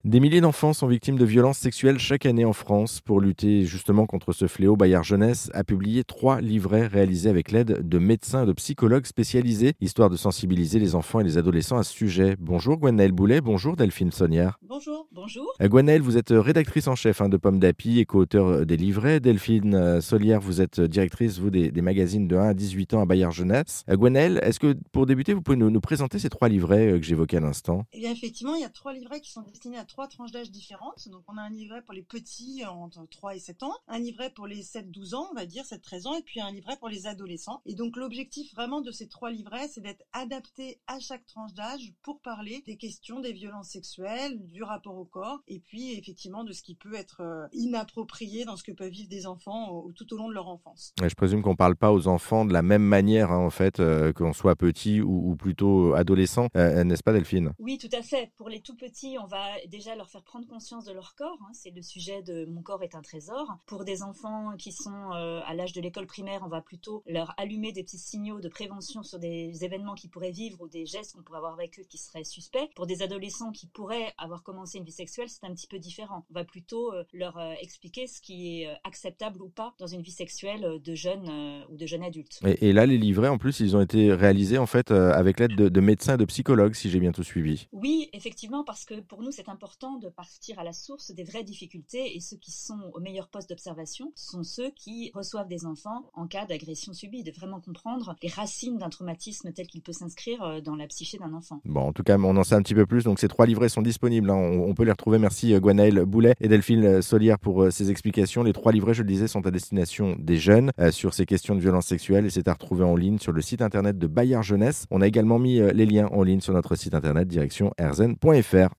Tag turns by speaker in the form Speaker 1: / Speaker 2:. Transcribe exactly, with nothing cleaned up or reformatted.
Speaker 1: Des milliers d'enfants sont victimes de violences sexuelles chaque année en France. Pour lutter justement contre ce fléau, Bayard Jeunesse a publié trois livrets réalisés avec l'aide de médecins et de psychologues spécialisés, histoire de sensibiliser les enfants et les adolescents à ce sujet. Bonjour Gwenaëlle Boulet, bonjour Delphine Saunière.
Speaker 2: Bonjour, bonjour.
Speaker 1: Euh, Gwenaëlle, vous êtes rédactrice en chef hein, de Pomme d'Api et co-auteur des livrets. Delphine euh, Solière, vous êtes directrice vous, des, des magazines de un à dix-huit ans à Bayard Jeunesse. Euh, Gwenaëlle, est-ce que pour débuter, vous pouvez nous, nous présenter ces trois livrets euh, que j'évoquais à l'instant?
Speaker 2: Eh bien, effectivement, il y a trois livrets qui sont destinés à trois tranches d'âge différentes. Donc, on a un livret pour les petits entre trois et sept ans, un livret pour les sept douze ans, on va dire, sept treize ans, et puis un livret pour les adolescents. Et donc, l'objectif vraiment de ces trois livrets, c'est d'être adapté à chaque tranche d'âge pour parler des questions des violences sexuelles, du rapport au corps, et puis, effectivement, de ce qui peut être euh, inapproprié dans ce que peuvent vivre des enfants au, tout au long de leur enfance.
Speaker 1: Je présume qu'on ne parle pas aux enfants de la même manière, hein, en fait, euh, qu'on soit petit ou, ou plutôt adolescent, euh, n'est-ce pas Delphine?
Speaker 3: Oui, tout à fait. Pour les tout petits, on va déjà leur faire prendre conscience de leur corps. Hein. C'est le sujet de Mon corps est un trésor. Pour des enfants qui sont euh, à l'âge de l'école primaire, on va plutôt leur allumer des petits signaux de prévention sur des événements qu'ils pourraient vivre ou des gestes qu'on pourrait avoir avec eux qui seraient suspects. Pour des adolescents qui pourraient avoir commencé une vie sexuelle, c'est un petit peu différent. On va plutôt euh, leur euh, expliquer ce qui est euh, acceptable ou pas dans une vie sexuelle de jeunes euh, ou de jeunes adultes.
Speaker 1: Et, et là, les livrets, en plus, ils ont été réalisés en fait euh, avec l'aide de, de médecins et de psychologues, si j'ai bien tout suivi.
Speaker 3: Oui, effectivement, parce que pour nous, c'est important de partir à la source des vraies difficultés et ceux qui sont au meilleur poste d'observation sont ceux qui reçoivent des enfants en cas d'agression subie, de vraiment comprendre les racines d'un traumatisme tel qu'il peut s'inscrire dans la psyché d'un enfant.
Speaker 1: Bon, en tout cas, on en sait un petit peu plus, donc ces trois livrets sont disponibles, hein. on, on peut les retrouver. Merci Gwenaëlle Boulet et Delphine Solière pour euh, ces explications. Les trois livrets, je le disais, sont à destination des jeunes euh, sur ces questions de violences sexuelles et c'est à retrouver en ligne sur le site internet de Bayard Jeunesse. On a également mis euh, les liens en ligne sur notre site internet direction erzen point f r.